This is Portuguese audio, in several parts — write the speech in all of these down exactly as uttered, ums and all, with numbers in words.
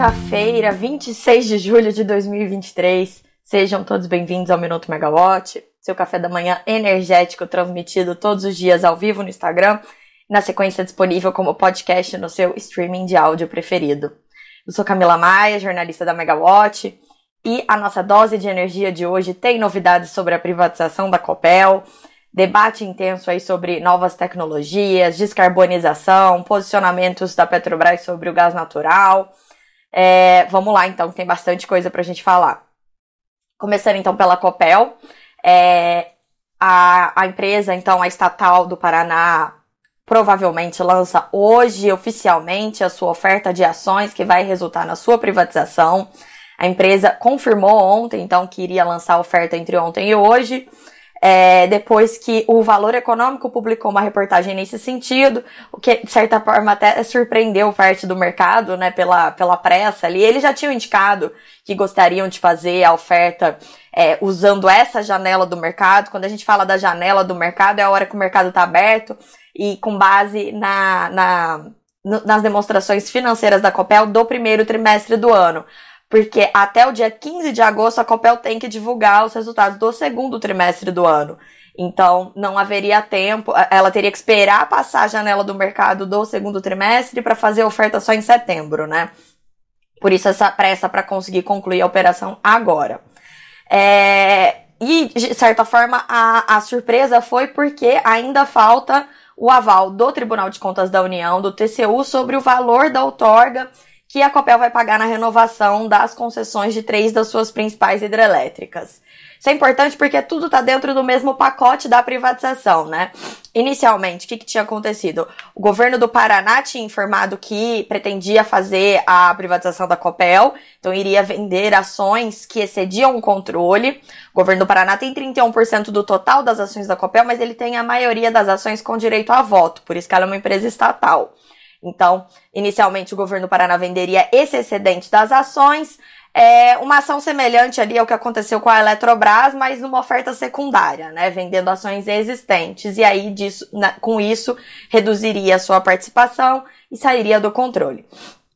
quinta-feira, vinte e seis de julho de dois mil e vinte e três. Sejam todos bem-vindos ao Minuto Megawatt, seu café da manhã energético transmitido todos os dias ao vivo no Instagram, na sequência disponível como podcast no seu streaming de áudio preferido. Eu sou Camila Maia, jornalista da Megawatt, e a nossa dose de energia de hoje tem novidades sobre a privatização da Copel, debate intenso aí sobre novas tecnologias, descarbonização, posicionamentos da Petrobras sobre o gás natural. É, vamos lá, então, tem bastante coisa pra gente falar. Começando, então, pela Copel. É, a, a empresa, então, a estatal do Paraná, provavelmente lança hoje, oficialmente, a sua oferta de ações que vai resultar na sua privatização. A empresa confirmou ontem, então, que iria lançar a oferta entre ontem e hoje. É, depois que o Valor Econômico publicou uma reportagem nesse sentido, o que de certa forma até surpreendeu parte do mercado, né, pela, pela pressa ali. Eles já tinham indicado que gostariam de fazer a oferta é, usando essa janela do mercado. Quando a gente fala da janela do mercado, é a hora que o mercado está aberto e com base na, na, no, nas demonstrações financeiras da Copel do primeiro trimestre do ano. Porque até o dia quinze de agosto a Copel tem que divulgar os resultados do segundo trimestre do ano. Então, não haveria tempo, ela teria que esperar passar a janela do mercado do segundo trimestre para fazer a oferta só em setembro, né? Por isso essa pressa para conseguir concluir a operação agora. É, e, de certa forma, a, a surpresa foi porque ainda falta o aval do Tribunal de Contas da União, do T C U, sobre o valor da outorga que a Copel vai pagar na renovação das concessões de três das suas principais hidrelétricas. Isso é importante porque tudo está dentro do mesmo pacote da privatização, né? Inicialmente, o que, que tinha acontecido? O governo do Paraná tinha informado que pretendia fazer a privatização da Copel, então iria vender ações que excediam o controle. O governo do Paraná tem trinta e um por cento do total das ações da Copel, mas ele tem a maioria das ações com direito a voto, por isso que ela é uma empresa estatal. Então, inicialmente o governo do Paraná venderia esse excedente das ações, é uma ação semelhante ali ao que aconteceu com a Eletrobras, mas numa oferta secundária, né, vendendo ações existentes, e aí disso, na, com isso reduziria a sua participação e sairia do controle.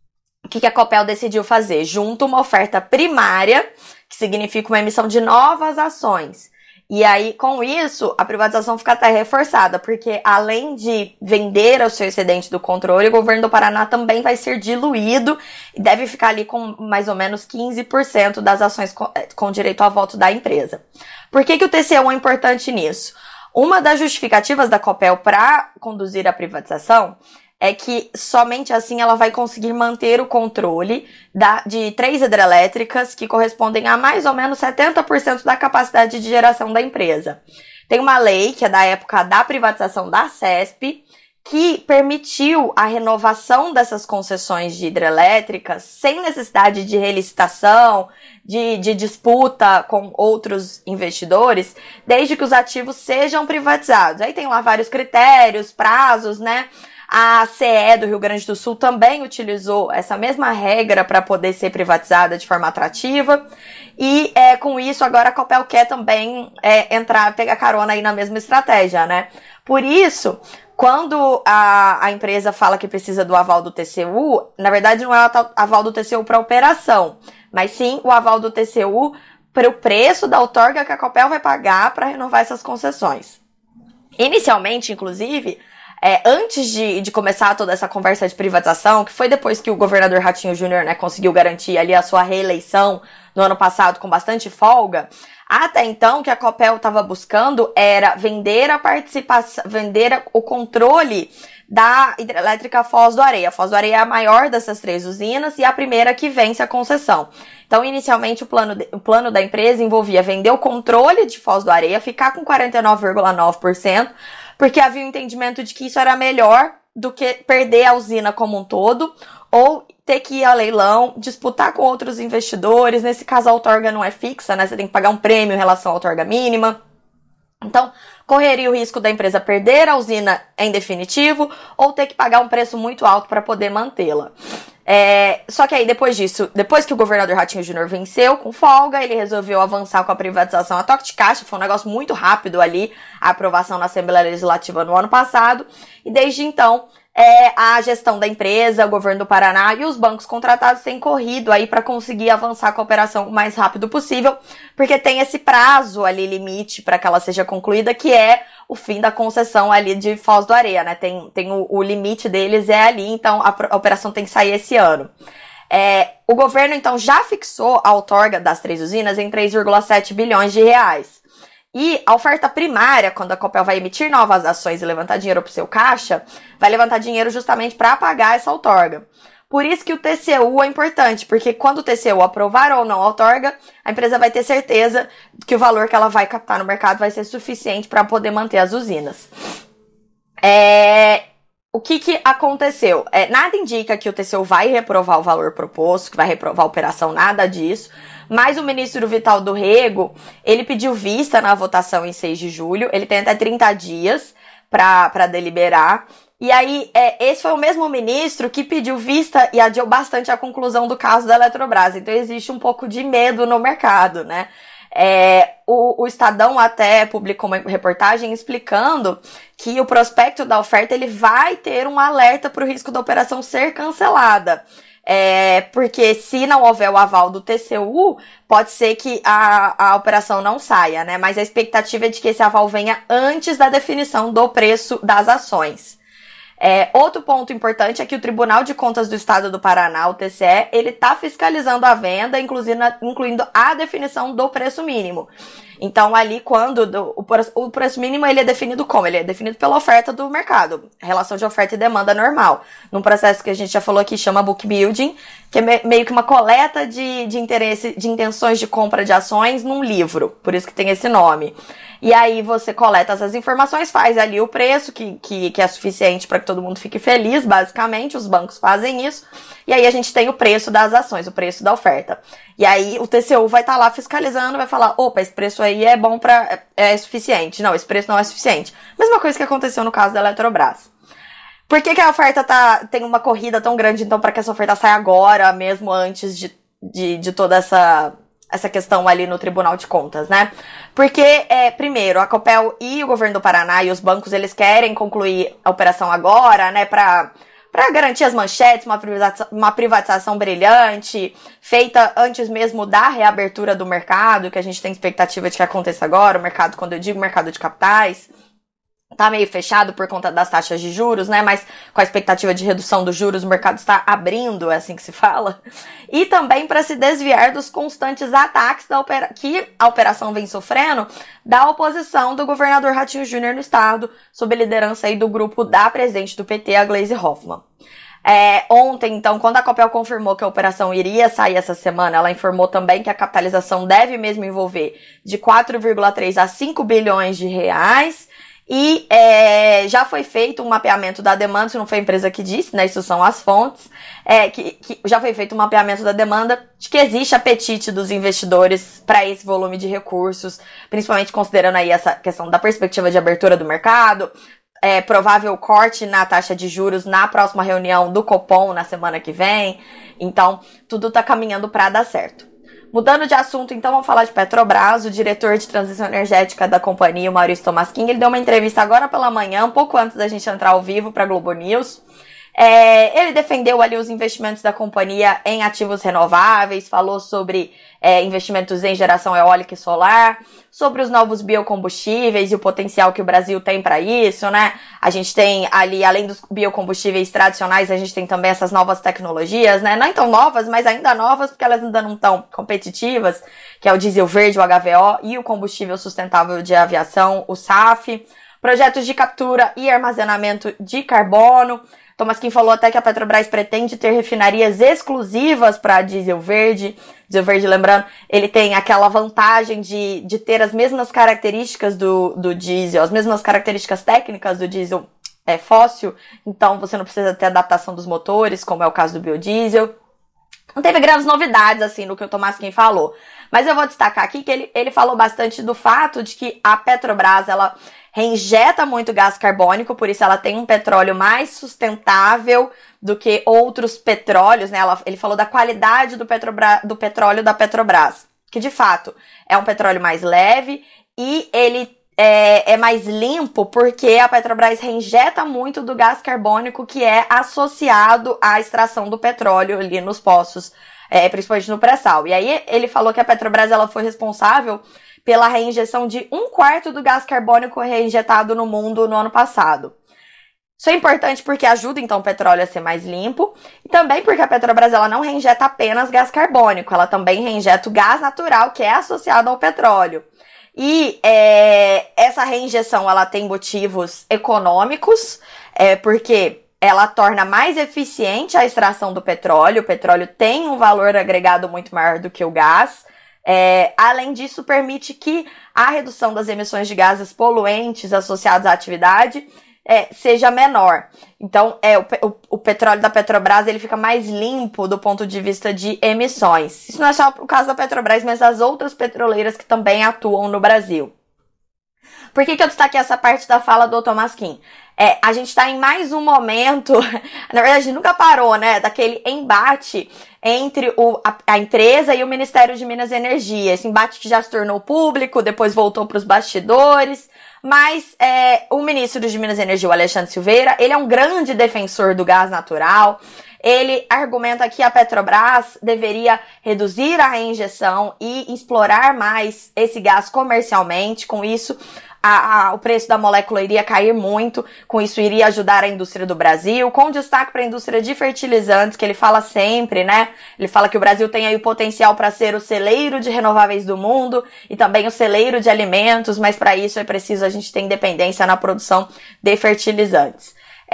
O que, que a Copel decidiu fazer? Junto uma oferta primária, que significa uma emissão de novas ações. E aí, com isso, a privatização fica até reforçada, porque além de vender o seu excedente do controle, o governo do Paraná também vai ser diluído e deve ficar ali com mais ou menos quinze por cento das ações com, com direito a voto da empresa. Por que que o T C U é importante nisso? Uma das justificativas da Copel para conduzir a privatização é que somente assim ela vai conseguir manter o controle da, de três hidrelétricas que correspondem a mais ou menos setenta por cento da capacidade de geração da empresa. Tem uma lei, que é da época da privatização da CESP, que permitiu a renovação dessas concessões de hidrelétricas sem necessidade de relicitação, de, de disputa com outros investidores, desde que os ativos sejam privatizados. Aí tem lá vários critérios, prazos, né? A C E do Rio Grande do Sul também utilizou essa mesma regra para poder ser privatizada de forma atrativa. E é, com isso, agora a Copel quer também é, entrar, pegar carona aí na mesma estratégia, né? Por isso, quando a, a empresa fala que precisa do aval do T C U, na verdade não é o aval do T C U para operação, mas sim o aval do T C U para o preço da outorga que a Copel vai pagar para renovar essas concessões. Inicialmente, inclusive, É, antes de, de começar toda essa conversa de privatização, que foi depois que o governador Ratinho Júnior, né, conseguiu garantir ali a sua reeleição no ano passado com bastante folga, até então o que a Copel estava buscando era vender a participação, vender o controle da hidrelétrica Foz do Areia. A Foz do Areia é a maior dessas três usinas e a primeira que vence a concessão. Então, inicialmente, o plano, de, o plano da empresa envolvia vender o controle de Foz do Areia, ficar com quarenta e nove vírgula nove por cento, porque havia o entendimento de que isso era melhor do que perder a usina como um todo, ou ter que ir a leilão, disputar com outros investidores. Nesse caso, a outorga não é fixa, né? Você tem que pagar um prêmio em relação à outorga mínima. Então, correria o risco da empresa perder a usina em definitivo ou ter que pagar um preço muito alto para poder mantê-la. É, só que aí depois disso, depois que o governador Ratinho Júnior venceu com folga, ele resolveu avançar com a privatização a toque de caixa, foi um negócio muito rápido ali, a aprovação na Assembleia Legislativa no ano passado, e desde então é, a gestão da empresa, o governo do Paraná e os bancos contratados têm corrido aí para conseguir avançar com a operação o mais rápido possível, porque tem esse prazo ali limite para que ela seja concluída, que é o fim da concessão ali de Foz do Areia, né? Tem, tem o, o limite deles é ali, então a, a operação tem que sair esse ano. É, o governo, então, já fixou a outorga das três usinas em três vírgula sete bilhões de reais. E a oferta primária, quando a Copel vai emitir novas ações e levantar dinheiro para o seu caixa, vai levantar dinheiro justamente para pagar essa outorga. Por isso que o T C U é importante, porque quando o T C U aprovar ou não a outorga, a empresa vai ter certeza que o valor que ela vai captar no mercado vai ser suficiente para poder manter as usinas. É... O que que aconteceu? É, nada indica que o T C U vai reprovar o valor proposto, que vai reprovar a operação, nada disso. Mas o ministro Vital do Rego, ele pediu vista na votação em seis de julho. Ele tem até trinta dias para deliberar. E aí, é, esse foi o mesmo ministro que pediu vista e adiou bastante a conclusão do caso da Eletrobras. Então, existe um pouco de medo no mercado, né? É, o, o Estadão até publicou uma reportagem explicando que o prospecto da oferta ele vai ter um alerta para o risco da operação ser cancelada. É, porque se não houver o aval do T C U, pode ser que a, a operação não saia, né? Mas a expectativa é de que esse aval venha antes da definição do preço das ações. É, outro ponto importante é que o Tribunal de Contas do Estado do Paraná, o T C E, ele está fiscalizando a venda, inclusive, incluindo a definição do preço mínimo. Então, ali, quando do, o, o preço mínimo ele é definido como? Ele é definido pela oferta do mercado, relação de oferta e demanda normal. Num processo que a gente já falou aqui, chama book building, que é me, meio que uma coleta de, de interesse, de intenções de compra de ações num livro, por isso que tem esse nome. E aí você coleta essas informações, faz ali o preço, que, que, que é suficiente para que todo mundo fique feliz, basicamente, os bancos fazem isso, e aí a gente tem o preço das ações, o preço da oferta. E aí o T C U vai estar tá lá fiscalizando, vai falar, opa, esse preço aí é bom para é, é suficiente. Não, esse preço não é suficiente. Mesma coisa que aconteceu no caso da Eletrobras. Por que que a oferta tá, tem uma corrida tão grande, então, para que essa oferta saia agora, mesmo antes de, de, de toda essa... essa questão ali no Tribunal de Contas, né? Porque, é, primeiro, a Copel e o governo do Paraná e os bancos, eles querem concluir a operação agora, né, pra, pra garantir as manchetes, uma privatização, uma privatização brilhante, feita antes mesmo da reabertura do mercado, que a gente tem expectativa de que aconteça agora, o mercado, quando eu digo mercado de capitais, tá meio fechado por conta das taxas de juros, né? Mas com a expectativa de redução dos juros, o mercado está abrindo, é assim que se fala. E também para se desviar dos constantes ataques da opera... que a operação vem sofrendo da oposição do governador Ratinho Júnior no estado, sob a liderança aí do grupo da presidente do P T, a Gleisi Hoffmann. É, ontem, então, quando a Copel confirmou que a operação iria sair essa semana, ela informou também que a capitalização deve mesmo envolver de quatro vírgula três a cinco bilhões de reais. E é, já foi feito um mapeamento da demanda, isso não foi a empresa que disse, né, isso são as fontes, é, que, que já foi feito um mapeamento da demanda de que existe apetite dos investidores para esse volume de recursos, principalmente considerando aí essa questão da perspectiva de abertura do mercado, é, provável corte na taxa de juros na próxima reunião do Copom na semana que vem, então tudo tá caminhando para dar certo. Mudando de assunto, então, vamos falar de Petrobras. O diretor de transição energética da companhia, o Maurício Tolmasquim, ele deu uma entrevista agora pela manhã, um pouco antes da gente entrar ao vivo para a Globo News. É, ele defendeu ali os investimentos da companhia em ativos renováveis, falou sobre é, investimentos em geração eólica e solar, sobre os novos biocombustíveis e o potencial que o Brasil tem para isso, né? A gente tem ali, além dos biocombustíveis tradicionais, a gente tem também essas novas tecnologias, né? Não tão novas, mas ainda novas, porque elas ainda não estão competitivas, que é o diesel verde, o H V O, e o combustível sustentável de aviação, o S A F. Projetos de captura e armazenamento de carbono. Tolmasquim falou até que a Petrobras pretende ter refinarias exclusivas para diesel verde. Diesel verde, lembrando, ele tem aquela vantagem de, de ter as mesmas características do, do diesel, as mesmas características técnicas do diesel é, fóssil, então você não precisa ter adaptação dos motores, como é o caso do biodiesel. Não teve grandes novidades, assim, no que o Tolmasquim falou. Mas eu vou destacar aqui que ele, ele falou bastante do fato de que a Petrobras, ela reinjeta muito gás carbônico, por isso ela tem um petróleo mais sustentável do que outros petróleos, né? Ela, ele falou da qualidade do, Petrobra, do petróleo da Petrobras, que de fato é um petróleo mais leve e ele é, é mais limpo porque a Petrobras reinjeta muito do gás carbônico que é associado à extração do petróleo ali nos poços, é, principalmente no pré-sal. E aí ele falou que a Petrobras ela foi responsável pela reinjeção de um quarto do gás carbônico reinjetado no mundo no ano passado. Isso é importante porque ajuda, então, o petróleo a ser mais limpo e também porque a Petrobras ela não reinjeta apenas gás carbônico, ela também reinjeta o gás natural que é associado ao petróleo. E é, essa reinjeção ela tem motivos econômicos, é, porque ela torna mais eficiente a extração do petróleo, o petróleo tem um valor agregado muito maior do que o gás. É, além disso, permite que a redução das emissões de gases poluentes associados à atividade é, seja menor. Então, é, o, o, o petróleo da Petrobras ele fica mais limpo do ponto de vista de emissões. Isso não é só o caso da Petrobras, mas das outras petroleiras que também atuam no Brasil. Por que que eu destaquei essa parte da fala do Thomas Kim? É, a gente está em mais um momento, na verdade nunca parou, né, daquele embate entre o, a, a empresa e o Ministério de Minas e Energia. Esse embate que já se tornou público, depois voltou para os bastidores, mas é, o ministro de Minas e Energia, o Alexandre Silveira, ele é um grande defensor do gás natural. Ele argumenta que a Petrobras deveria reduzir a reinjeção e explorar mais esse gás comercialmente. Com isso, a, a, o preço da molécula iria cair muito. Com isso, iria ajudar a indústria do Brasil, com destaque para a indústria de fertilizantes, que ele fala sempre, né? Ele fala que o Brasil tem aí o potencial para ser o celeiro de renováveis do mundo e também o celeiro de alimentos, mas para isso é preciso a gente ter independência na produção de fertilizantes.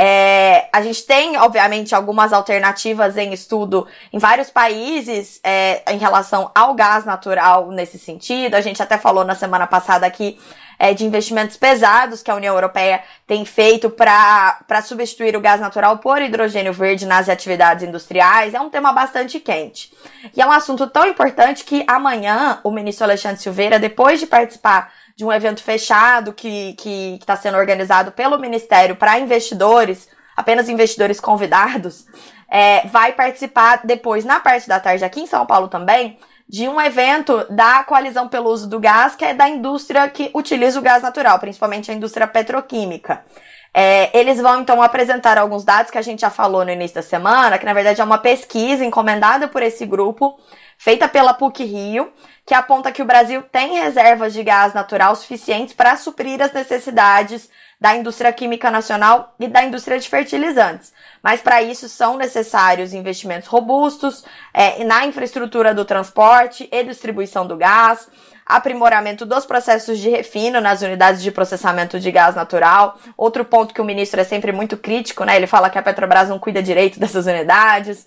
É, a gente tem, obviamente, algumas alternativas em estudo em vários países é, em relação ao gás natural nesse sentido. A gente até falou na semana passada aqui é, de investimentos pesados que a União Europeia tem feito para para substituir o gás natural por hidrogênio verde nas atividades industriais. É um tema bastante quente. E é um assunto tão importante que amanhã o ministro Alexandre Silveira, depois de participar de um evento fechado que que está sendo organizado pelo Ministério para investidores, apenas investidores convidados, é, vai participar depois, na parte da tarde, aqui em São Paulo também, de um evento da Coalizão pelo Uso do Gás, que é da indústria que utiliza o gás natural, principalmente a indústria petroquímica. É, eles vão, então, apresentar alguns dados que a gente já falou no início da semana, que, na verdade, é uma pesquisa encomendada por esse grupo, feita pela PUC-Rio, que aponta que o Brasil tem reservas de gás natural suficientes para suprir as necessidades da indústria química nacional e da indústria de fertilizantes. Mas para isso são necessários investimentos robustos é, na infraestrutura do transporte e distribuição do gás, aprimoramento dos processos de refino nas unidades de processamento de gás natural. Outro ponto que o ministro é sempre muito crítico, né? Ele fala que a Petrobras não cuida direito dessas unidades.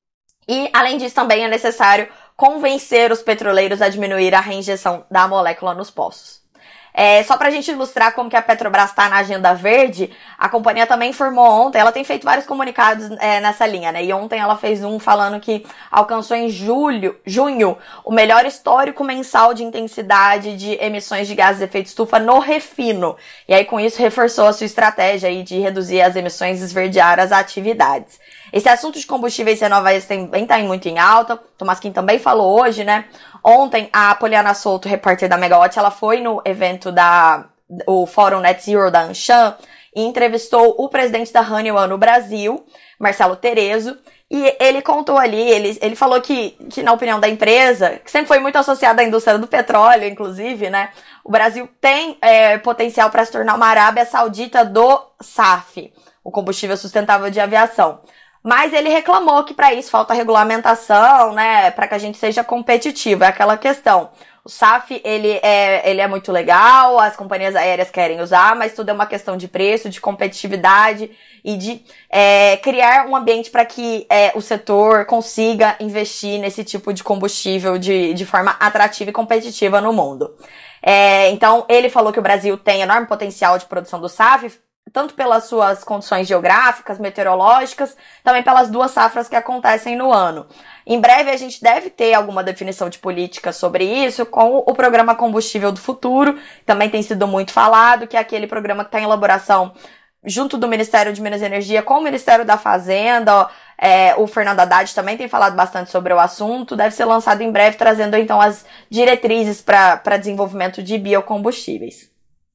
E, além disso, também é necessário convencer os petroleiros a diminuir a reinjeção da molécula nos poços. É, só pra gente ilustrar como que a Petrobras está na agenda verde, a companhia também informou ontem, ela tem feito vários comunicados é, nessa linha, né? E ontem ela fez um falando que alcançou em julho, junho o melhor histórico mensal de intensidade de emissões de gases de efeito estufa no refino. E aí com isso reforçou a sua estratégia aí de reduzir as emissões e esverdear as atividades. Esse assunto de combustíveis renováveis também está muito em alta, o Thomas Kim também falou hoje, né? Ontem, a Poliana Souto, repórter da Megawatt, ela foi no evento da o Fórum Net Zero da Anshan e entrevistou o presidente da Honeywell no Brasil, Marcelo Terezo, e ele contou ali, ele, ele falou que, que, na opinião da empresa, que sempre foi muito associada à indústria do petróleo, inclusive, né? O Brasil tem é, potencial para se tornar uma Arábia Saudita do S A F, o combustível sustentável de aviação. Mas ele reclamou que para isso falta regulamentação, né, para que a gente seja competitivo, é aquela questão. O S A F, ele é, ele é muito legal, as companhias aéreas querem usar, mas tudo é uma questão de preço, de competitividade e de é, criar um ambiente para que é, o setor consiga investir nesse tipo de combustível de, de forma atrativa e competitiva no mundo. É, então, ele falou que o Brasil tem enorme potencial de produção do S A F, tanto pelas suas condições geográficas, meteorológicas, também pelas duas safras que acontecem no ano. Em breve a gente deve ter alguma definição de política sobre isso com o programa Combustível do Futuro, também tem sido muito falado, que é aquele programa que está em elaboração junto do Ministério de Minas e Energia com o Ministério da Fazenda. É, o Fernando Haddad também tem falado bastante sobre o assunto, deve ser lançado em breve, trazendo então as diretrizes para desenvolvimento de biocombustíveis.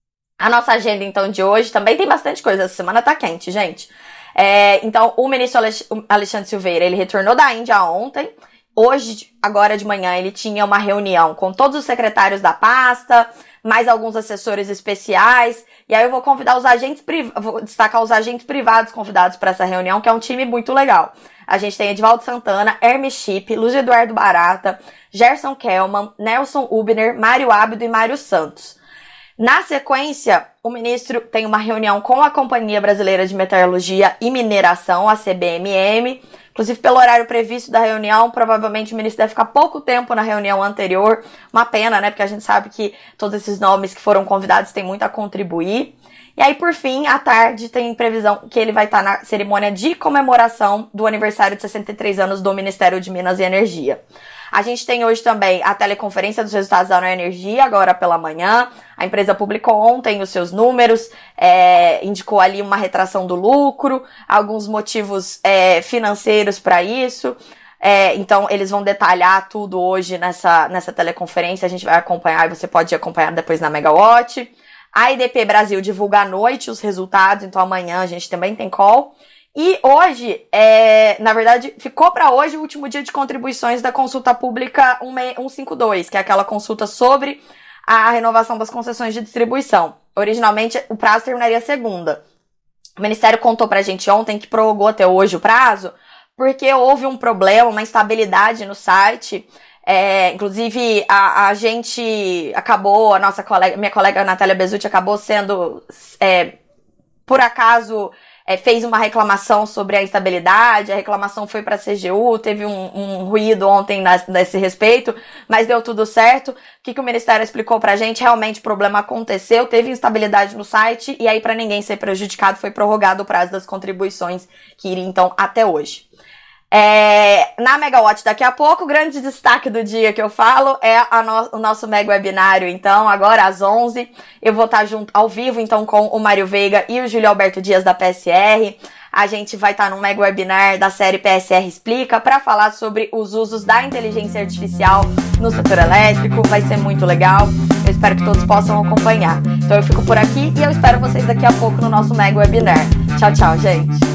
A nossa agenda, então, de hoje também tem bastante coisa. Essa semana tá quente, gente. É, então, o ministro Alexandre Silveira, ele retornou da Índia ontem. Hoje, agora de manhã, ele tinha uma reunião com todos os secretários da pasta, mais alguns assessores especiais. E aí eu vou convidar os agentes privados, vou destacar os agentes privados convidados para essa reunião, que é um time muito legal. A gente tem Edivaldo Santana, Hermes Chip, Luiz Eduardo Barata, Gerson Kellman, Nelson Ubner, Mário Ábido e Mário Santos. Na sequência, o ministro tem uma reunião com a Companhia Brasileira de Metalurgia e Mineração, a C B M M. Inclusive, pelo horário previsto da reunião, provavelmente o ministro deve ficar pouco tempo na reunião anterior. Uma pena, né? Porque a gente sabe que todos esses nomes que foram convidados têm muito a contribuir. E aí, por fim, à tarde, tem previsão que ele vai estar na cerimônia de comemoração do aniversário de sessenta e três anos do Ministério de Minas e Energia. A gente tem hoje também a teleconferência dos resultados da Neoenergia, agora pela manhã. A empresa publicou ontem os seus números, é, indicou ali uma retração do lucro, alguns motivos é, financeiros para isso. É, então, eles vão detalhar tudo hoje nessa, nessa teleconferência. A gente vai acompanhar e você pode acompanhar depois na Megawatt. A I D P Brasil divulga à noite os resultados, então amanhã a gente também tem call. E hoje, é, na verdade, ficou para hoje o último dia de contribuições da consulta pública cento e cinquenta e dois, que é aquela consulta sobre a renovação das concessões de distribuição. Originalmente, o prazo terminaria segunda. O Ministério contou pra gente ontem que prorrogou até hoje o prazo, porque houve um problema, uma instabilidade no site. É, inclusive, a, a gente acabou, a nossa colega, minha colega Natália Bezutti acabou sendo, é, por acaso... É, fez uma reclamação sobre a instabilidade, a reclamação foi para a C G U, teve um, um ruído ontem nas, nesse respeito, mas deu tudo certo. O que, que o Ministério explicou pra gente? Realmente o problema aconteceu, teve instabilidade no site, e aí para ninguém ser prejudicado foi prorrogado o prazo das contribuições, que iria então até hoje. É, na Megawatt daqui a pouco, o grande destaque do dia que eu falo é a no, o nosso mega webinário, então, agora às onze, eu vou estar junto ao vivo, então, com o Mário Veiga e o Júlio Alberto Dias da P S R. A gente vai estar no mega webinar da série P S R Explica para falar sobre os usos da inteligência artificial no setor elétrico, vai ser muito legal, eu espero que todos possam acompanhar. Então eu fico por aqui e eu espero vocês daqui a pouco no nosso mega webinar. Tchau, tchau, gente!